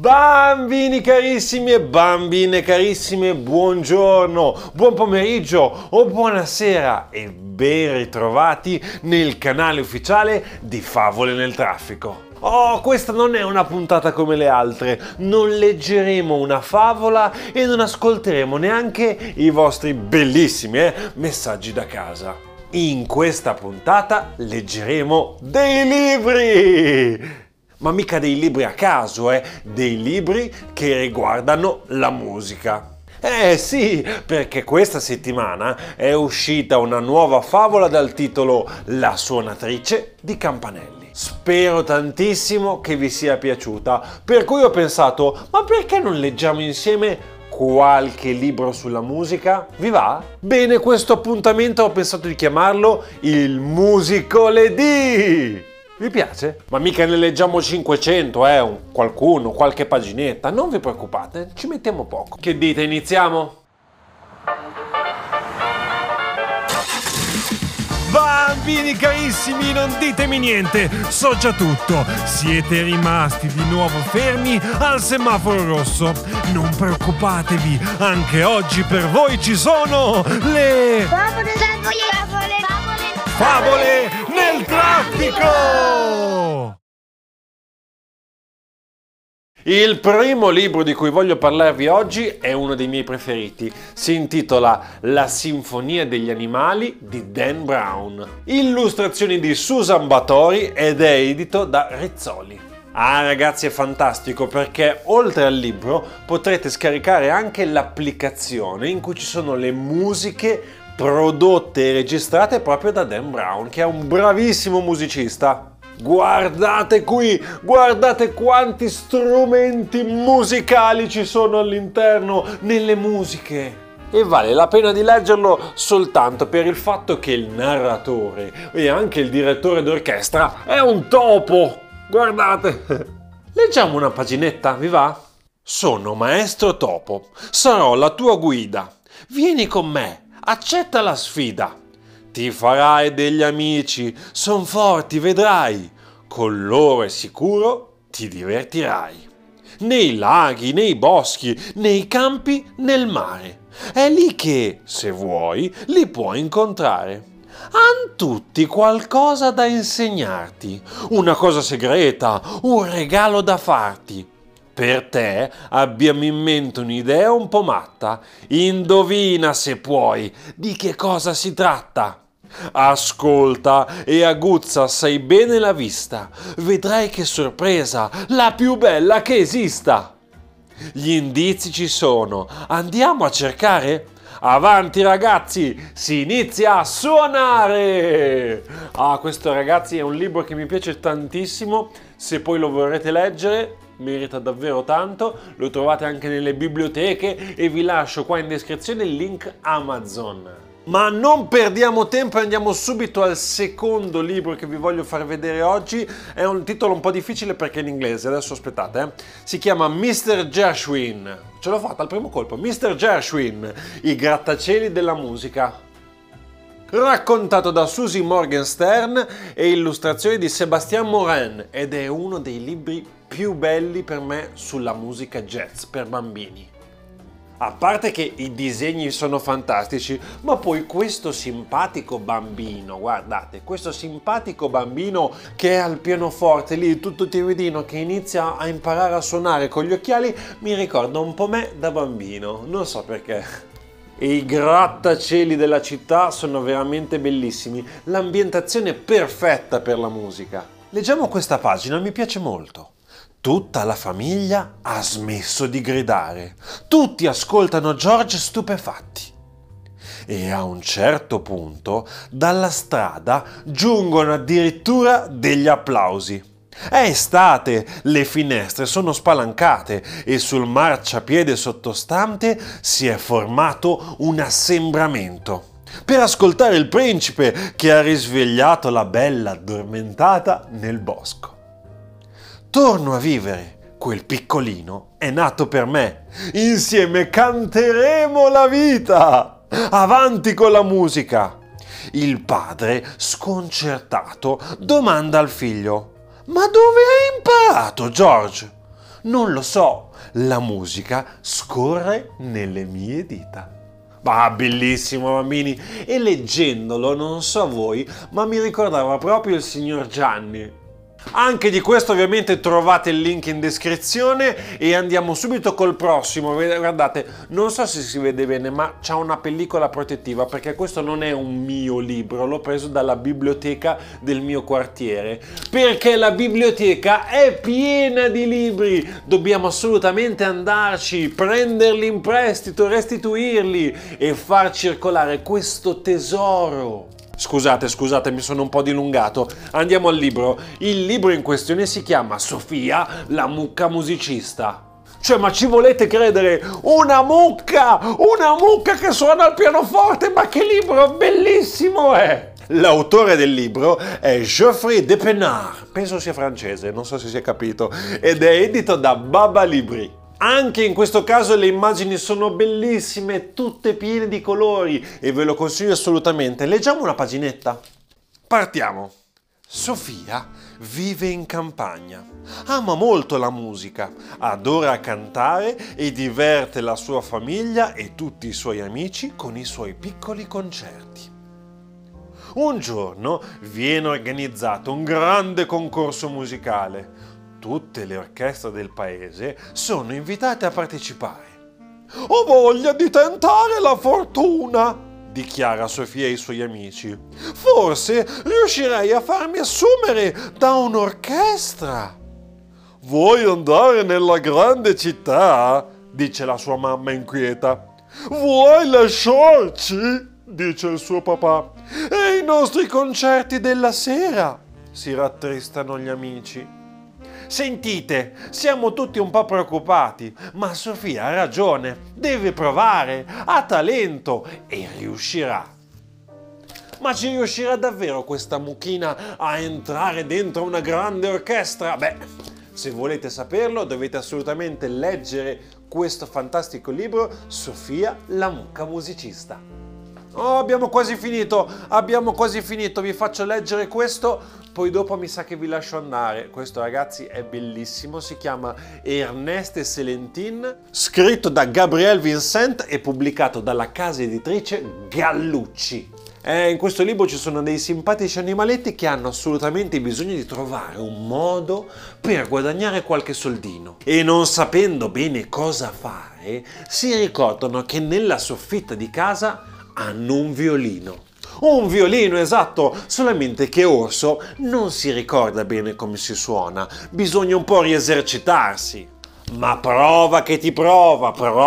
Bambini carissimi e bambine carissime, buongiorno, buon pomeriggio o buonasera e ben ritrovati nel canale ufficiale di Favole nel Traffico. Oh, questa non è una puntata come le altre, non leggeremo una favola e non ascolteremo neanche i vostri bellissimi messaggi da casa. In questa puntata leggeremo dei libri! Ma mica dei libri a caso, dei libri che riguardano la musica. Sì, perché questa settimana è uscita una nuova favola dal titolo La suonatrice di campanelli. Spero tantissimo che vi sia piaciuta, per cui ho pensato, ma perché non leggiamo insieme qualche libro sulla musica? Vi va? Bene, questo appuntamento ho pensato di chiamarlo il Musicoledì! Vi piace? Ma mica ne leggiamo 500, qualche paginetta, non vi preoccupate, ci mettiamo poco. Che dite, iniziamo? Bambini carissimi, non ditemi niente, so già tutto. Siete rimasti di nuovo fermi al semaforo rosso. Non preoccupatevi, anche oggi per voi ci sono le favole nel traffico! Il primo libro di cui voglio parlarvi oggi è uno dei miei preferiti. Si intitola La sinfonia degli animali di Dan Brown. Illustrazioni di Susan Batori ed è edito da Rizzoli. Ah ragazzi, è fantastico perché oltre al libro potrete scaricare anche l'applicazione in cui ci sono le musiche prodotte e registrate proprio da Dan Brown, che è un bravissimo musicista. Guardate qui, guardate quanti strumenti musicali ci sono all'interno, nelle musiche. E vale la pena di leggerlo soltanto per il fatto che il narratore e anche il direttore d'orchestra è un topo. Guardate. Leggiamo una paginetta, vi va? Sono Maestro Topo, sarò la tua guida. Vieni con me. Accetta la sfida, ti farai degli amici, son forti, vedrai, con loro è sicuro ti divertirai. Nei laghi, nei boschi, nei campi, nel mare, è lì che, se vuoi, li puoi incontrare. Han tutti qualcosa da insegnarti, una cosa segreta, un regalo da farti. Per te abbiamo in mente un'idea un po' matta. Indovina, se puoi, di che cosa si tratta. Ascolta e aguzza assai bene la vista. Vedrai che sorpresa, la più bella che esista. Gli indizi ci sono. Andiamo a cercare? Avanti ragazzi, si inizia a suonare! Ah, questo ragazzi è un libro che mi piace tantissimo. Se poi lo vorrete leggere, merita davvero tanto, lo trovate anche nelle biblioteche e vi lascio qua in descrizione il link Amazon. Ma non perdiamo tempo e andiamo subito al secondo libro che vi voglio far vedere oggi. È un titolo un po' difficile perché è in inglese, adesso aspettate. Si chiama Mr. Gershwin. Ce l'ho fatta al primo colpo. Mr. Gershwin, i grattacieli della musica. Raccontato da Susie Morgenstern e illustrazioni di Sébastien Morin, ed è uno dei libri più belli per me sulla musica jazz per bambini. A parte che i disegni sono fantastici, ma poi questo simpatico bambino, guardate, questo simpatico bambino che è al pianoforte lì tutto timidino, che inizia a imparare a suonare con gli occhiali, mi ricorda un po' me da bambino, non so perché. E i grattacieli della città sono veramente bellissimi, l'ambientazione è perfetta per la musica. Leggiamo questa pagina, mi piace molto. Tutta la famiglia ha smesso di gridare. Tutti ascoltano George stupefatti. E a un certo punto dalla strada giungono addirittura degli applausi. È estate, le finestre sono spalancate e sul marciapiede sottostante si è formato un assembramento per ascoltare il principe che ha risvegliato la bella addormentata nel bosco. Torno a vivere, quel piccolino è nato per me, insieme canteremo la vita, avanti con la musica. Il padre, sconcertato, domanda al figlio: ma dove hai imparato, George? Non lo so, la musica scorre nelle mie dita. Ah, bellissimo bambini! E leggendolo, non so voi, ma mi ricordava proprio il signor Gianni. Anche di questo ovviamente trovate il link in descrizione e andiamo subito col prossimo. Guardate, non so se si vede bene, ma c'ha una pellicola protettiva perché questo non è un mio libro, l'ho preso dalla biblioteca del mio quartiere, perché la biblioteca è piena di libri, dobbiamo assolutamente andarci, prenderli in prestito, restituirli e far circolare questo tesoro. Scusate, mi sono un po' dilungato. Andiamo al libro. Il libro in questione si chiama Sofia, la mucca musicista. Cioè, ma ci volete credere? Una mucca che suona il pianoforte, ma che libro bellissimo è! L'autore del libro è Geoffrey Despinard, penso sia francese, non so se si è capito, ed è edito da Baba Libri. Anche in questo caso le immagini sono bellissime, tutte piene di colori e ve lo consiglio assolutamente. Leggiamo una paginetta. Partiamo. Sofia vive in campagna, ama molto la musica, adora cantare e diverte la sua famiglia e tutti i suoi amici con i suoi piccoli concerti. Un giorno viene organizzato un grande concorso musicale. Tutte le orchestre del paese sono invitate a partecipare. Ho voglia di tentare la fortuna, dichiara Sofia ai suoi amici. Forse riuscirei a farmi assumere da un'orchestra. Vuoi andare nella grande città? Dice la sua mamma inquieta. Vuoi lasciarci? Dice il suo papà. E i nostri concerti della sera? Si rattristano gli amici. Sentite, siamo tutti un po' preoccupati, ma Sofia ha ragione, deve provare, ha talento e riuscirà. Ma ci riuscirà davvero questa mucchina a entrare dentro una grande orchestra? Beh, se volete saperlo dovete assolutamente leggere questo fantastico libro, Sofia, la mucca musicista. Oh, abbiamo quasi finito, vi faccio leggere questo. Poi dopo mi sa che vi lascio andare. Questo ragazzi è bellissimo, si chiama Ernest et Célestine, scritto da Gabriel Vincent e pubblicato dalla casa editrice Gallucci. In questo libro ci sono dei simpatici animaletti che hanno assolutamente bisogno di trovare un modo per guadagnare qualche soldino. E non sapendo bene cosa fare, si ricordano che nella soffitta di casa hanno un violino. Un violino, esatto, solamente che Orso non si ricorda bene come si suona, bisogna un po' riesercitarsi. Ma prova che ti prova,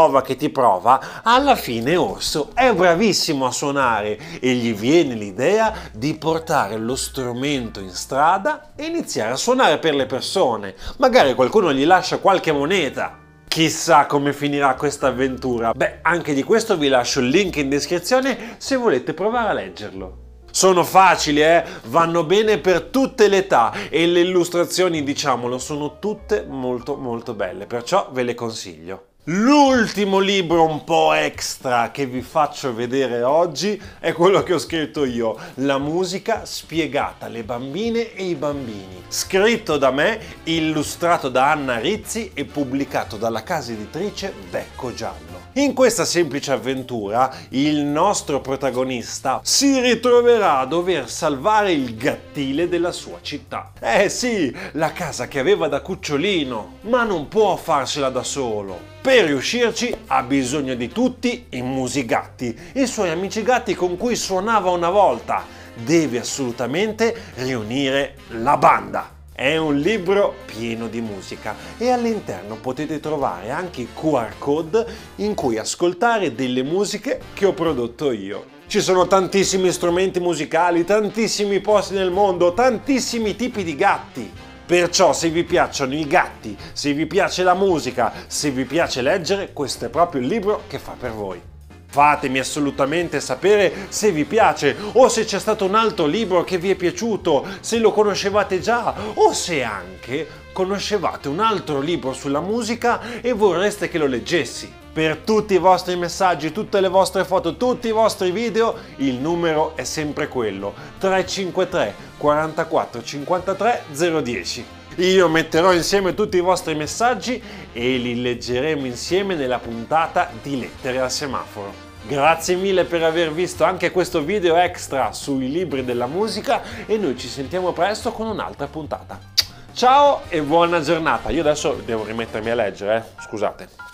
alla fine Orso è bravissimo a suonare e gli viene l'idea di portare lo strumento in strada e iniziare a suonare per le persone. Magari qualcuno gli lascia qualche moneta. Chissà come finirà questa avventura. Beh, anche di questo vi lascio il link in descrizione se volete provare a leggerlo. Sono facili, vanno bene per tutte le età e le illustrazioni, diciamolo, sono tutte molto belle, perciò ve le consiglio. L'ultimo libro un po' extra che vi faccio vedere oggi è quello che ho scritto io, La musica spiegata alle bambine e ai bambini, scritto da me, illustrato da Anna Rizzi e pubblicato dalla casa editrice Becco Giallo. In questa semplice avventura il nostro protagonista si ritroverà a dover salvare il gattile della sua città. Sì, la casa che aveva da cucciolino, ma non può farsela da solo. Per riuscirci ha bisogno di tutti i musicatti, i suoi amici gatti con cui suonava una volta. Deve assolutamente riunire la banda. È un libro pieno di musica e all'interno potete trovare anche i QR code in cui ascoltare delle musiche che ho prodotto io. Ci sono tantissimi strumenti musicali, tantissimi posti nel mondo, tantissimi tipi di gatti. Perciò se vi piacciono i gatti, se vi piace la musica, se vi piace leggere, questo è proprio il libro che fa per voi. Fatemi assolutamente sapere se vi piace o se c'è stato un altro libro che vi è piaciuto, se lo conoscevate già o se anche conoscevate un altro libro sulla musica e vorreste che lo leggessi. Per tutti i vostri messaggi, tutte le vostre foto, tutti i vostri video, il numero è sempre quello: 353 44 53 010. Io metterò insieme tutti i vostri messaggi e li leggeremo insieme nella puntata di Lettere al semaforo. Grazie mille per aver visto anche questo video extra sui libri della musica e noi ci sentiamo presto con un'altra puntata. Ciao e buona giornata. Io adesso devo rimettermi a leggere, scusate.